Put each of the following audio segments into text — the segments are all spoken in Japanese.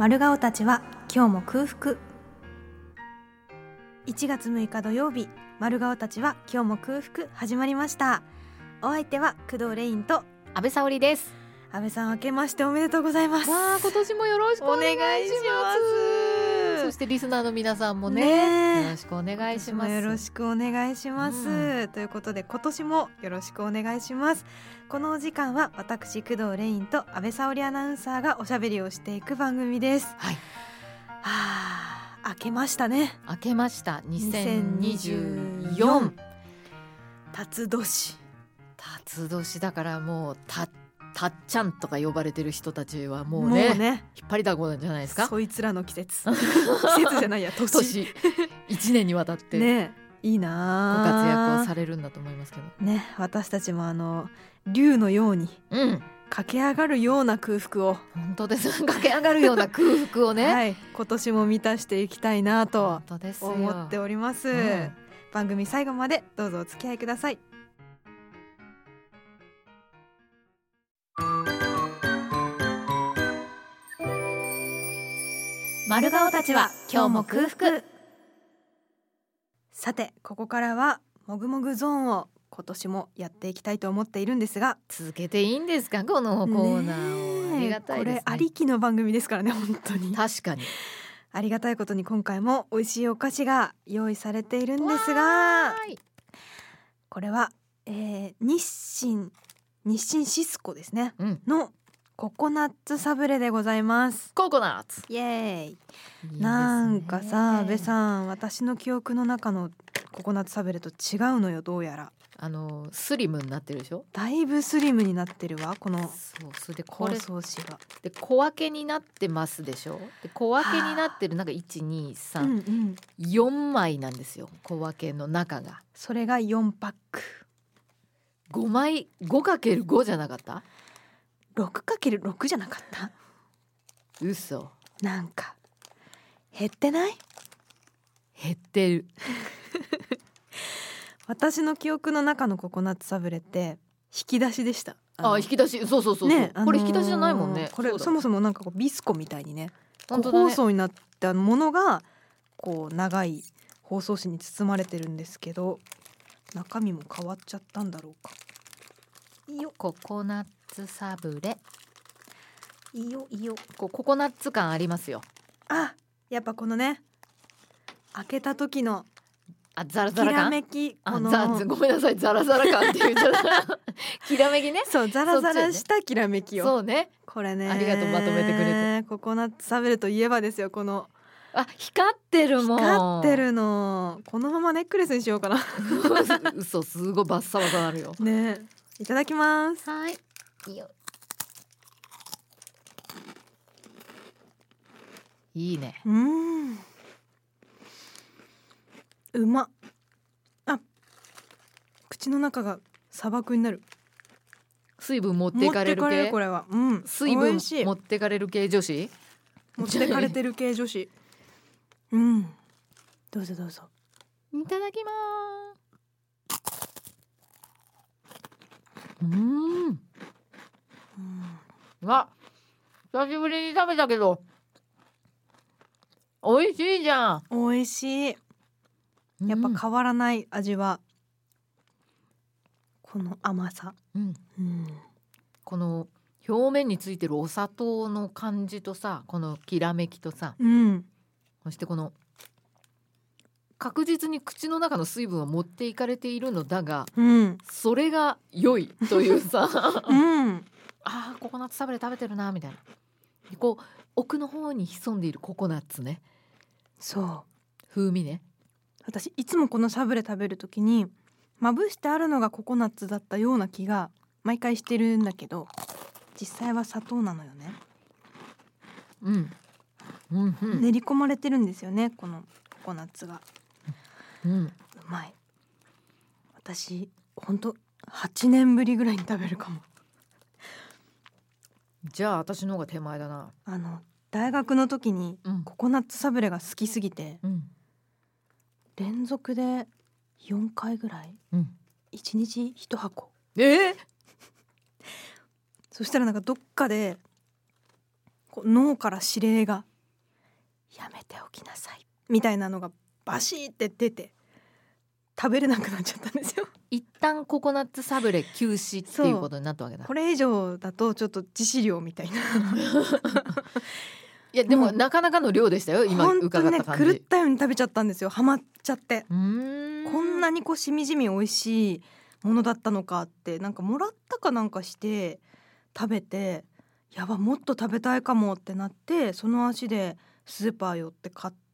丸顔たちは今日も空腹。1月6日土曜日、丸顔たちは今日も空腹始まりました。お相手は工藤レインと安倍沙織です。 安倍さん、明けましておめでとうございます。 わあ、今年もよろしくお願いします。そしてリスナーの皆さんも ねよろしくお願いします。 よろしくお願いします、ということで今年もよろしくお願いします。このお時間は私工藤レインと安倍沙織アナウンサーがおしゃべりをしていく番組です。 はい。 明けましたね。 明けました。2024 辰年。 辰年だからもうたっちゃんとか呼ばれてる人たちはもうね引っ張りだこなんじゃないですか。 そいつらの季節季節じゃないや年 1年にわたってね、いいなご活躍をされるんだと思いますけどね。私たちも竜のように、駆け上がるような空腹を、 本当です駆け上がるような空腹をね、 はい、今年も満たしていきたいなと思っております。番組最後までどうぞお付き合いください。 丸顔たちは今日も空腹。 さて、ここからはもぐもぐゾーンを今年もやっていきたいと思っているんですが、 続けていいんですか、このコーナーを。ありがたいですね。 これありきの番組ですからね、本当に。 確かにありがたいことに今回も美味しいお菓子が用意されているんですが、これは、日清シスコですね、のココナッツサブレでございます。 ココナッツイエーイ。なんかさ、安倍さん、私の記憶の中のココナッツサブレと違うのよ、どうやら。 スリムになってるでしょ。 だいぶスリムになってるわ、このそれでこれ包装紙がで小分けになってますでしょ。で小分けになってるなんか123、4枚なんですよ、小分けの中が。 それが4パック 5枚 5×5 じゃなかった？ 6×6 じゃなかった？ 嘘。 なんか減ってない？ 減ってる私の記憶の中のココナッツサブレって引き出しでした。 引き出し、そう、ね、これ引き出しじゃないもんね。 これ そもそもなんかこうビスコみたいにね、 個包装になったものがこう長い包装紙に包まれてるんですけど、中身も変わっちゃったんだろうか。いいよ、 ココナッツサブレ。 いいよいいよ。 ココナッツ感ありますよ。 やっぱこのね、開けた時のザラザラ感、 きらめき、 ごめんなさい、ザラザラ感って言っちゃったきらめきね。 そう、ザラザラしたきらめきを。 そうね。 これね、 ありがとう、まとめてくれて。 ココナッツサブレといえばですよ、この光ってるもん。 光ってるの。このままネックレスにしようかな嘘、すごいバッサバサあるよね。いただきます。 はい、いいよ。いいね。 うまっ。口の中が砂漠になる。 水分持っていかれる系。 これは、 水分持ってかれる系女子。 持ってかれてる系女子どうぞどうぞ。 いただきます。久しぶりに食べたけど美味しいじゃん。 美味しい。やっぱ変わらない味は、この甘さ、 この表面についてるお砂糖の感じとさ、このきらめきとさ、そしてこの確実に口の中の水分を持っていかれているのだが、それが良いというさココナッツサブレ食べてるなみたいな。こう奥の方に潜んでいるココナッツね。 そう、 風味ね。 私いつもこのサブレ食べるときにまぶしてあるのがココナッツだったような気が毎回してるんだけど、実際は砂糖なのよね。練り込まれてるんですよね、このココナッツが。うまい。私ほんと8年ぶりぐらいに食べるかも。 じゃあ私の方が手前だな。 大学の時にココナッツサブレが好きすぎて、連続で4回ぐらい、1日1箱。そしたらなんかどっかでこう脳から指令がきなさいみたいなのがバシーって出て食べれなくなっちゃったんですよ。 一旦ココナッツサブレ休止っていうことになったわけだ。 これ以上だとちょっと致死量みたいな。 いやでもなかなかの量でしたよ今伺った感じ。 本当にね、狂ったように食べちゃったんですよ。ハマっちゃって。こんなにこうしみじみ美味しいものだったのかって、なんかもらったかなんかして食べて、やばもっと食べたいかもってなって、その足でスーパー寄って買って、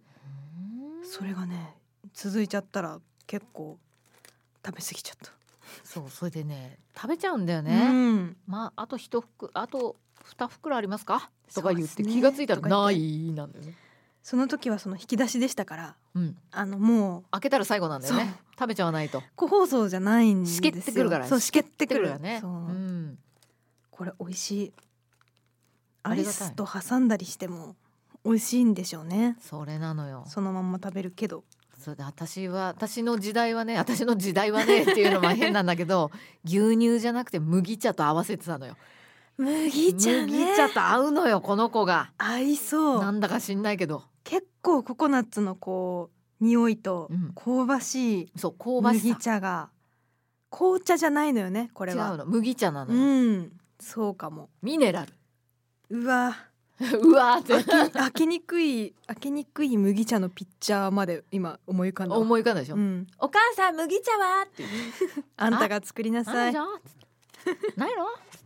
それがね続いちゃったら結構食べ過ぎちゃった。 そう、それでね食べちゃうんだよね、まああと2袋ありますかとか言って気がついたらないなんだよね。 その時はその引き出しでしたから、もう開けたら最後なんだよね。食べちゃわないと個包装じゃないんですよ。 しけってくるから。 そう、しけってくるよね。 これ美味しい。アイスと挟んだりしても美味しいんでしょうね。 それなのよ。 そのまんま食べるけど。 それで私の時代はねっていうのも変なんだけど牛乳じゃなくて麦茶と合わせてたのよ。 麦茶ね。 麦茶と合うのよこの子が。 合いそう。 なんだか知んないけど結構ココナッツのこう匂いと香ばしい麦茶が、紅茶じゃないのよねこれは。 違うの、麦茶なのよ。 そうかも。 ミネラル。 うわって開けにくい麦茶のピッチャーまで今思い浮かんだ。 思い浮かんだでしょ、お母さん麦茶はってあんたが作りなさい。 ないの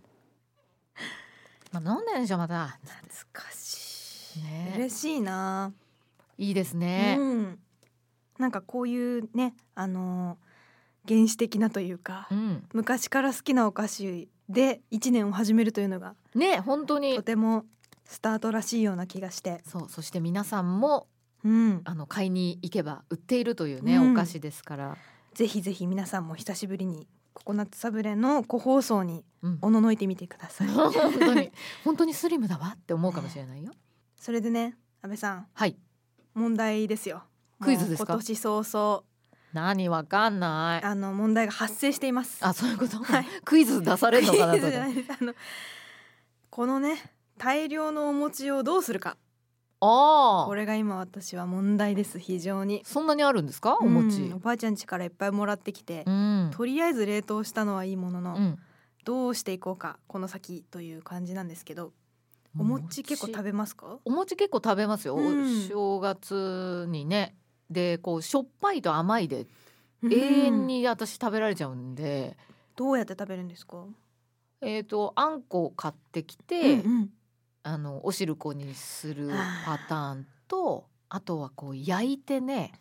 飲んでるでしょまた。 懐かしい、ね、嬉しいな。 いいですね、 なんかこういうね原始的なというか、昔から好きなお菓子で1年を始めるというのがね本当にとてもスタートらしいような気がして。 そして皆さんも、買いに行けば売っているというね、お菓子ですから、 ぜひぜひ皆さんも久しぶりにココナッツサブレの個包装におののいてみてください。 本当にスリムだわって思うかもしれないよ。 それでね安倍さん、 はい、 問題ですよ。 クイズですか。 今年早々 何わかんない。 問題が発生しています。 そういうこと、クイズ出されるのかなと。 このね大量のお餅をどうするか。これが今私は問題です。非常に。 そんなにあるんですかお餅。 おばあちゃん家からいっぱいもらってきて、とりあえず冷凍したのはいいものの、どうしていこうかこの先という感じなんですけど、お餅結構食べますか。 お餅結構食べますよ、正月にね。でこうしょっぱいと甘いで永遠に私食べられちゃうんで。 どうやって食べるんですか。 あんこを買ってきて、お汁粉にするパターンと、あとはこう焼いてね、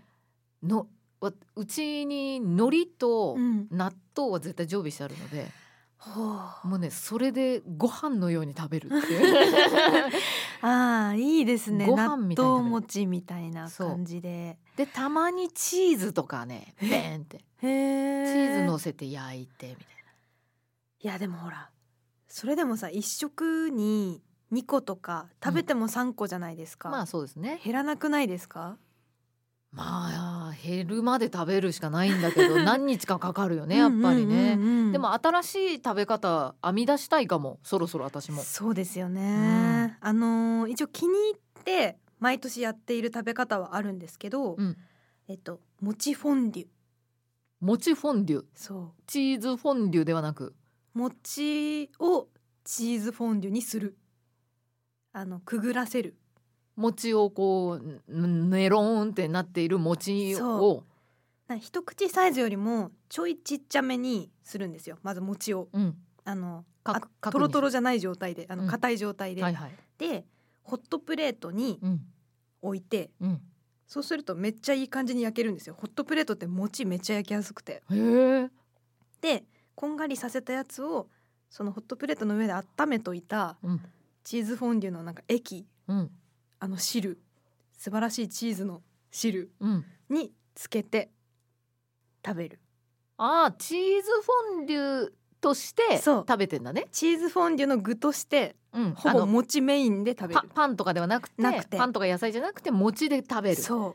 うちに海苔と納豆は絶対常備してあるので、もうねそれでご飯のように食べるっていういいですね。 ご飯みたいな納豆餅みたいな感じで。 でたまにチーズとかねベーンってチーズ乗せて焼いてみたいな。 いやでもほらそれでもさ、1食に2個とか食べても3個じゃないですか。 まあそうですね。 減らなくないですか。 まあ減るまで食べるしかないんだけど何日かかかるよねやっぱりね。でも新しい食べ方編み出したいかも、そろそろ私も。 そうですよね、一応気に入って毎年やっている食べ方はあるんですけど、餅フォンデュ。 餅フォンデュ。 そう、 チーズフォンデュではなく餅をチーズフォンデュにする。くぐらせる。 餅をこうネローンってなっている餅を一口サイズよりもちょいちっちゃめにするんですよ。まず餅を、トロトロじゃない状態で硬い状態で、でホットプレートに置いて、そうするとめっちゃいい感じに焼けるんですよ。ホットプレートって餅めっちゃ焼きやすくて。でこんがりさせたやつをそのホットプレートの上で温めといたチーズフォンデュのなんか液、汁、素晴らしいチーズの汁につけて食べる。 チーズフォンデュとして食べてんだね。 チーズフォンデュの具として、ほぼ餅メインで食べる。 パンとかではなくてパンとか野菜じゃなくて餅で食べる。 そう 。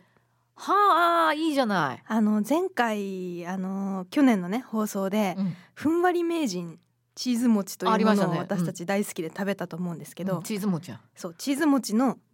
いいじゃない。 前回去年のね放送で、ふんわり名人チーズ餅というものを私たち大好きで食べたと思うんですけど、 チーズ餅や。 そう、チーズ餅の実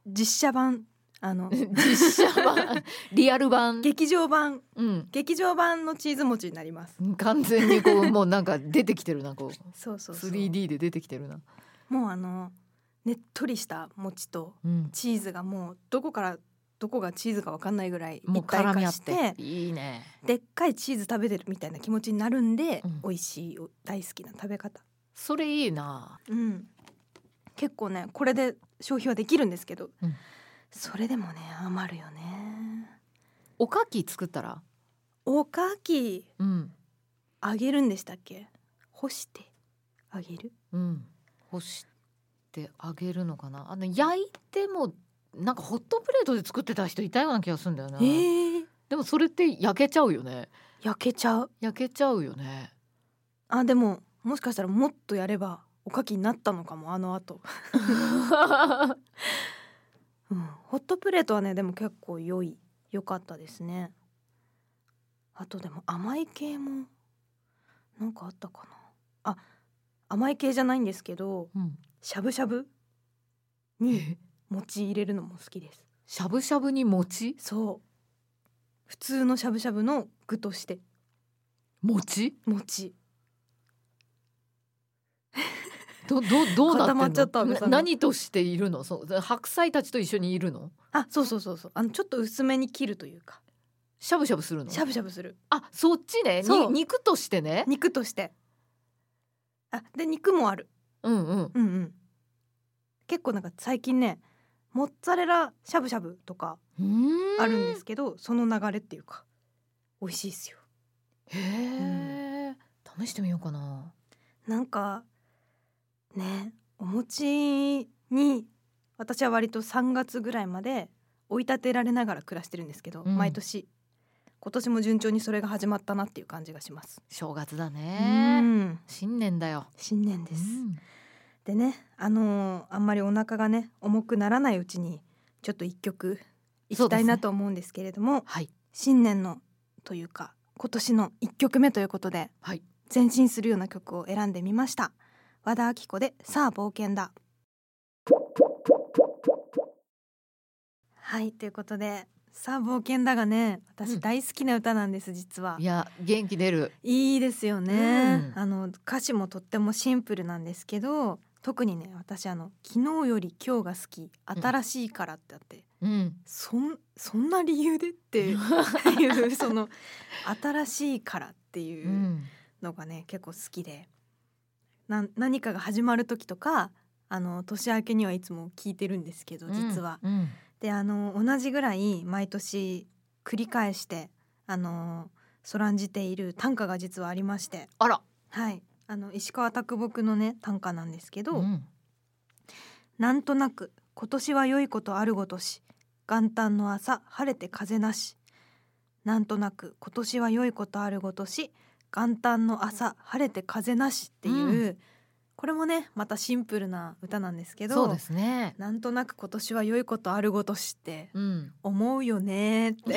実写版実写版リアル版劇場版、劇場版のチーズ餅になります。 完全にこうもうなんか出てきてるなこうそうそうそう 3D で出てきてるな。 もうねっとりした餅とチーズがもうどこからどこがチーズか分かんないぐらい一体化していいね。 でっかいチーズ食べてるみたいな気持ちになるんで、美味しい大好きな食べ方。 それいいな。 結構ねこれで消費はできるんですけど、それでもね余るよね。 おかき作ったらおかき、揚げるんでしたっけ？干して揚げる？ 干して揚げるのかな。焼いてもなんかホットプレートで作ってた人いたような気がするんだよね。でもそれって焼けちゃうよね。焼けちゃうよね。 でももしかしたらもっとやればおかきになったのかも後ホットプレートはねでも結構良かったですね。あとでも甘い系もなんかあったかな。甘い系じゃないんですけど、しゃぶしゃぶに餅入れるのも好きです。 しゃぶしゃぶに餅？ そう、普通のしゃぶしゃぶの具として餅どうなってんの？ 固まっちゃった。 何としているの？白菜たちと一緒にいるの？ そうちょっと薄めに切るというかしゃぶしゃぶするの？ しゃぶしゃぶする。 そっちね。肉としてね。 肉としてで肉もある。結構なんか最近ねモッツァレラしゃぶしゃぶとかあるんですけど、その流れっていうか美味しいですよ。 試してみようかな。 なんかねお餅に私は割と3月ぐらいまで追い立てられながら暮らしてるんですけど、毎年今年も順調にそれが始まったなっていう感じがします。 正月だね。新年だよ。 新年です。でねあんまりお腹がね重くならないうちにちょっと一曲いきたいなと思うんですけれども、新年のというか今年の1曲目ということで、前進するような曲を選んでみました。和田アキ子でさあ冒険だ。ということでさあ冒険だがね私大好きな歌なんです、実は。 いや元気出る。 いいですよね、歌詞もとってもシンプルなんですけど、特にね私昨日より今日が好き新しいからってあって、そんな理由でっていうその新しいからっていうのがね結構好きで、何かが始まる時とか年明けにはいつも聞いてるんですけど、実は、で同じぐらい毎年繰り返してそらんじている短歌が実はありまして、石川啄木のね短歌なんですけど、なんとなく今年は良いことあるごとし、元旦の朝晴れて風なし。なんとなく今年は良いことあるごとし、元旦の朝晴れて風なしっていう、これもねまたシンプルな歌なんですけど、 そうですね。 なんとなく今年は良いことあるごとしって思うよねって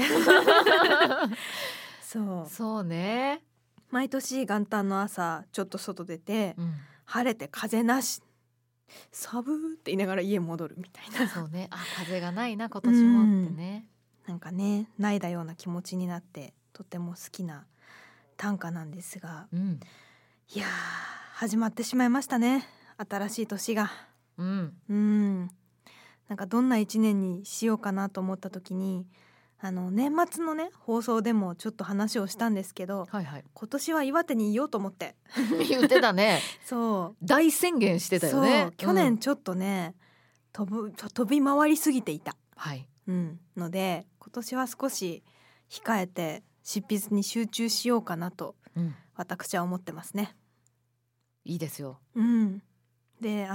そうね。 毎年元旦の朝ちょっと外出て、晴れて風なし、サブーって言いながら家戻るみたいな。 そうね。風がないな今年もってね、 なんかね泣いたような気持ちになってとても好きな短歌なんですが、いや始まってしまいましたね新しい年が。なんかどんな一年にしようかなと思った時に年末のね放送でもちょっと話をしたんですけど、今年は岩手にいようと思って言ってたね。 そう大宣言してたよね。 去年ちょっとね、飛び回りすぎていた、ので今年は少し控えて執筆に集中しようかなと、私は思ってますね。 いいですよ。 で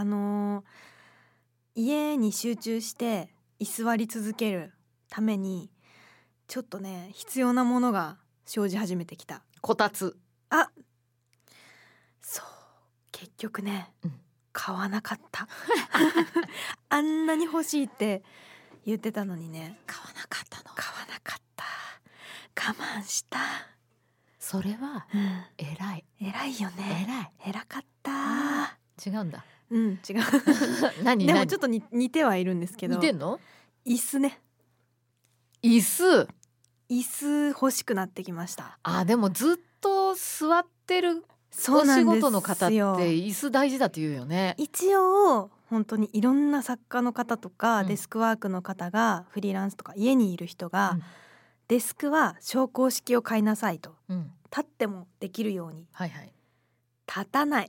家に集中して居座り続けるためにちょっとね必要なものが生じ始めてきた。 こたつ。 そう結局ね、買わなかったあんなに欲しいって言ってたのにね買わなかったの。 買わなかった。我慢した。 それは、偉いよね。 偉かった。 違うんだ。 うん違う何でもちょっと似てはいるんですけど。 似てんの？ 椅子ね。 椅子欲しくなってきました。 でもずっと座ってるお仕事の方って椅子大事だって言うよね。 一応本当にいろんな作家の方とか、デスクワークの方がフリーランスとか家にいる人が、デスクは昇降式を買いなさいと、立ってもできるように、立たない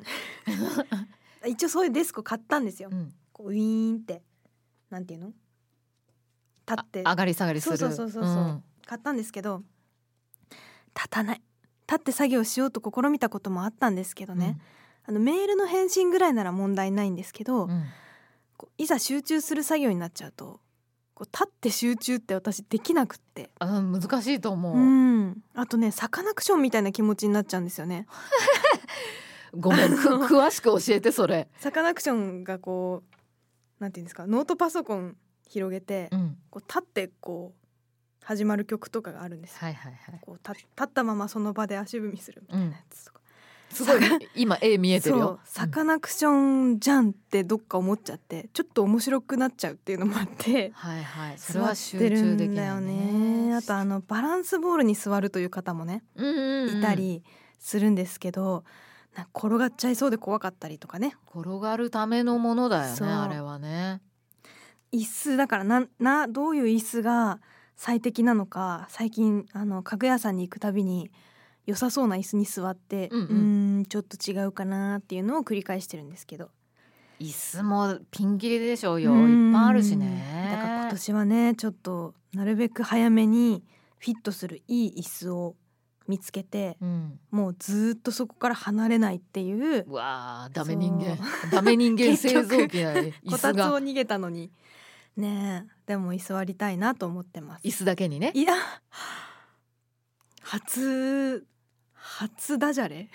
一応そういうデスクを買ったんですよ、こうウィーンってなんていうの、立って上がり下がりする。 そう、買ったんですけど立たない。立って作業しようと試みたこともあったんですけどね、メールの返信ぐらいなら問題ないんですけど、こういざ集中する作業になっちゃうとこう立って集中って私できなくって、 難しいと思う。 あとねサカナクションみたいな気持ちになっちゃうんですよねごめん詳しく教えてそれ。 サカナクションがこうなんていうんですか、ノートパソコン広げて、こう立ってこう始まる曲とかがあるんですよ、こう立ったままその場で足踏みするみたいなやつとか、 すごい今絵見えてるよ。 サカナクションじゃんってどっか思っちゃってちょっと面白くなっちゃうっていうのもあって、 それは集中できないよね。 あとバランスボールに座るという方もね、いたりするんですけど、転がっちゃいそうで怖かったりとかね。 転がるためのものだよねあれはね。 椅子だからどういう椅子が最適なのか、最近家具屋さんに行くたびに良さそうな椅子に座って、ちょっと違うかなっていうのを繰り返してるんですけど、 椅子もピンキリでしょうよ、いっぱいあるしね。 だから今年はねちょっとなるべく早めにフィットするいい椅子を見つけて、もうずっとそこから離れないっていう。 うわーダメ人間製造機な椅子がこたつを逃げたのにね。でも居座りたいなと思ってます。 椅子だけにね。 いや初ダジャレ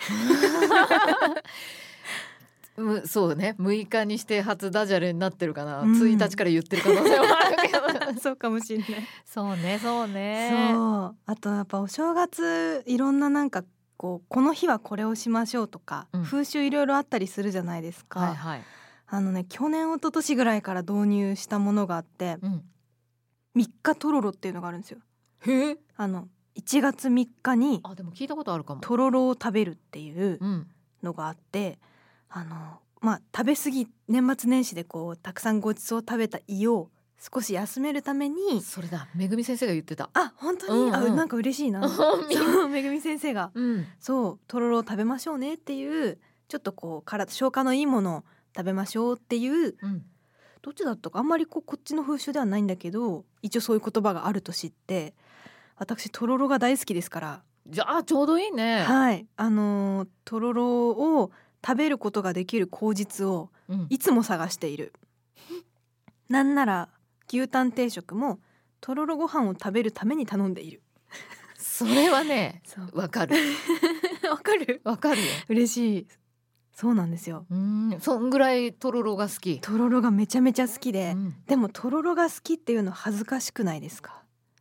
そうね、6日にして初ダジャレになってるかな、1日から言ってる可能性もあるけどそうかもしれない。 そうねあとやっぱお正月いろんなこの日はこれをしましょうとか、風習いろいろあったりするじゃないですか。去年一昨年ぐらいから導入したものがあって、3日とろろっていうのがあるんですよ。1月3日にでも聞いたことあるかも。 とろろを食べるっていうのがあって、食べ過ぎ年末年始でたくさんごちそう食べた胃を少し休めるために。それだ、めぐみ先生が言ってた。 本当に、なんか嬉しいなそうめぐみ先生が、そうとろろを食べましょうねっていう、ちょっと消化のいいものを食べましょうっていう、どっちだったかあんまりこっちの風習ではないんだけど、一応そういう言葉があると知って、私とろろが大好きですから。 じゃあちょうどいいね。 とろろを食べることができる口実をいつも探している、なんなら牛タン定食もとろろご飯を食べるために頼んでいるそれはねわかるわかるよ。 嬉しい。そうなんですよ。 そんぐらいとろろが好き。 とろろがめちゃめちゃ好きで、でもとろろが好きっていうの恥ずかしくないですか？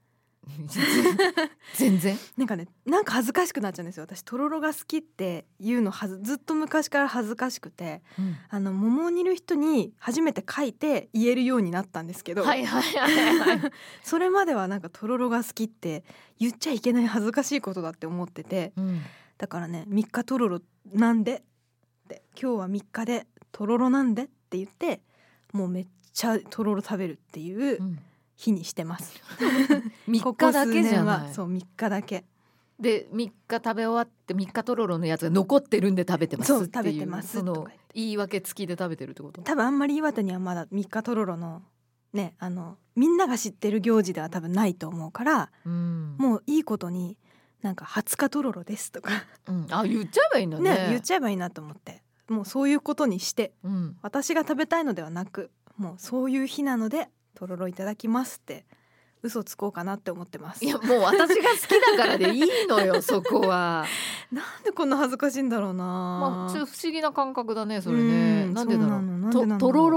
全然なんか恥ずかしくなっちゃうんですよ。私とろろが好きっていうのずっと昔から恥ずかしくて、桃を煮る人に初めて書いて言えるようになったんですけど、それまではとろろが好きって言っちゃいけない恥ずかしいことだって思ってて、だからね3日とろろなんでって今日は3日でとろろなんでって言って、もうめっちゃとろろ食べるっていう日にしてます 3日だけじゃない。 そう3日だけで3日食べ終わって3日とろろのやつが残ってるんで食べてますっていう、 食べてますとか言って言い訳付きで食べてるってこと？ 多分あんまり岩手にはまだ3日とろろのね、みんなが知ってる行事では多分ないと思うから、もういいことに20日とろろですとか、 言っちゃえばいいんだね。 言っちゃえばいいなと思って、もうそういうことにして、私が食べたいのではなく、もうそういう日なのでとろろいただきますって嘘つこうかなって思ってます。 いやもう私が好きだからでいいのよそこは。 なんでこんな恥ずかしいんだろうな。 ちょっと不思議な感覚だねそれね。なんでだろう。とろろって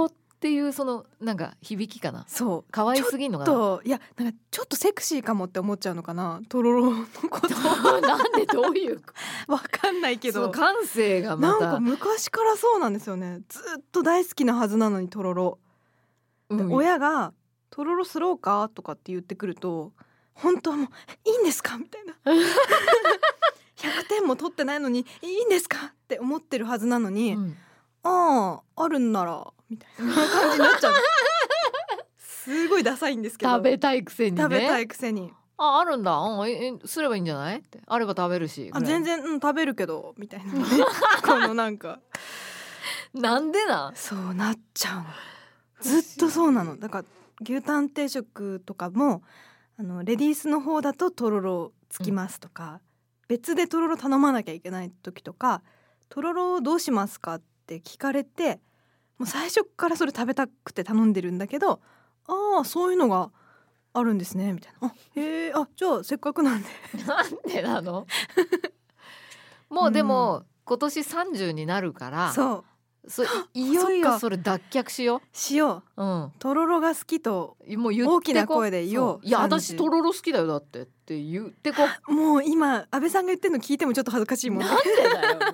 っていうそのなんか響きかな。 そう可愛すぎんのかな。 いやなんかちょっとセクシーかもって思っちゃうのかな、とろろのことなんでどういうわかんないけど、 その感性がまたなんか昔からそうなんですよね。ずっと大好きなはずなのにとろろ、親がとろろスローかとかって言ってくると本当はもういいんですかみたいな100点も取ってないのにいいんですかって思ってるはずなのに、あるんならみたいな感じになっちゃうすごいダサいんですけど、 食べたいくせにね。 食べたいくせにあるんだ、すればいいんじゃないってあれば食べるし、 全然、食べるけどみたいなねこのなんかなんでな、 そうなっちゃうの。ずっとそうなの。だから牛タン定食とかもレディースの方だととろろつきますとか、別でとろろ頼まなきゃいけない時とか、とろろどうしますかって聞かれて、もう最初からそれ食べたくて頼んでるんだけど、そういうのがあるんですねみたいな、じゃあせっかくなんでなんでなのもうでも、今年30になるからそういよいよそれ脱却しよう、とろろが好きともう言ってこ大きな声で言おう。 いや私とろろ好きだよだって言ってこもう今安倍さんが言ってるの聞いてもちょっと恥ずかしいもんね。 なんでだよ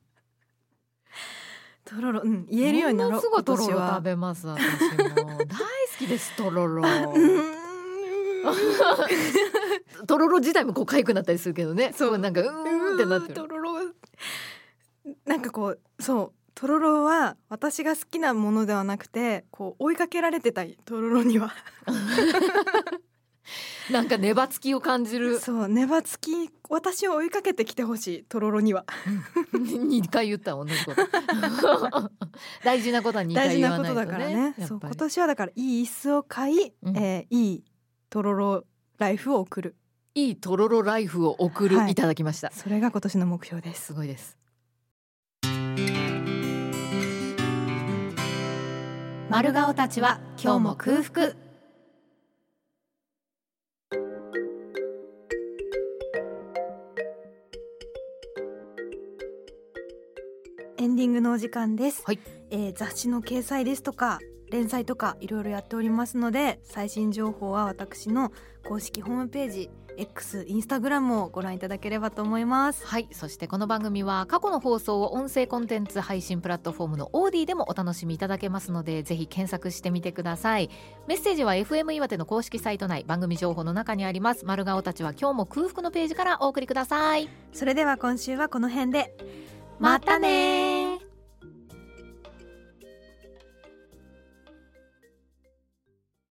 とろろ、言えるようになろう。 ものすごいとろろ食べます私も大好きですとろろとろろ自体もこう痒くなったりするけどね、そうなんかってなってる。 とろろなんかこうとろろは私が好きなものではなくて、こう追いかけられてたとろろにはなんか粘つきを感じる。 そう粘つき、私を追いかけてきてほしいとろろには 2回言った同じこと大事なことは2回言わないとね。 大事なことだからね。そう今年はだからいい椅子を買い、いいとろろライフを送る、 いいとろろライフを送る、いただきました。 それが今年の目標です。 すごいです。 丸顔たちは今日も空腹。エンディングのお時間です。雑誌の掲載ですとか連載とかいろいろやっておりますので、最新情報は私の公式ホームページ X、インスタグラムをご覧いただければと思います。 はい、そしてこの番組は過去の放送を音声コンテンツ配信プラットフォームのオーディでもお楽しみいただけますので、ぜひ検索してみてください。メッセージは FM 岩手の公式サイト内番組情報の中にあります丸顔たちは今日も空腹のページからお送りください。 それでは今週はこの辺で、 またね。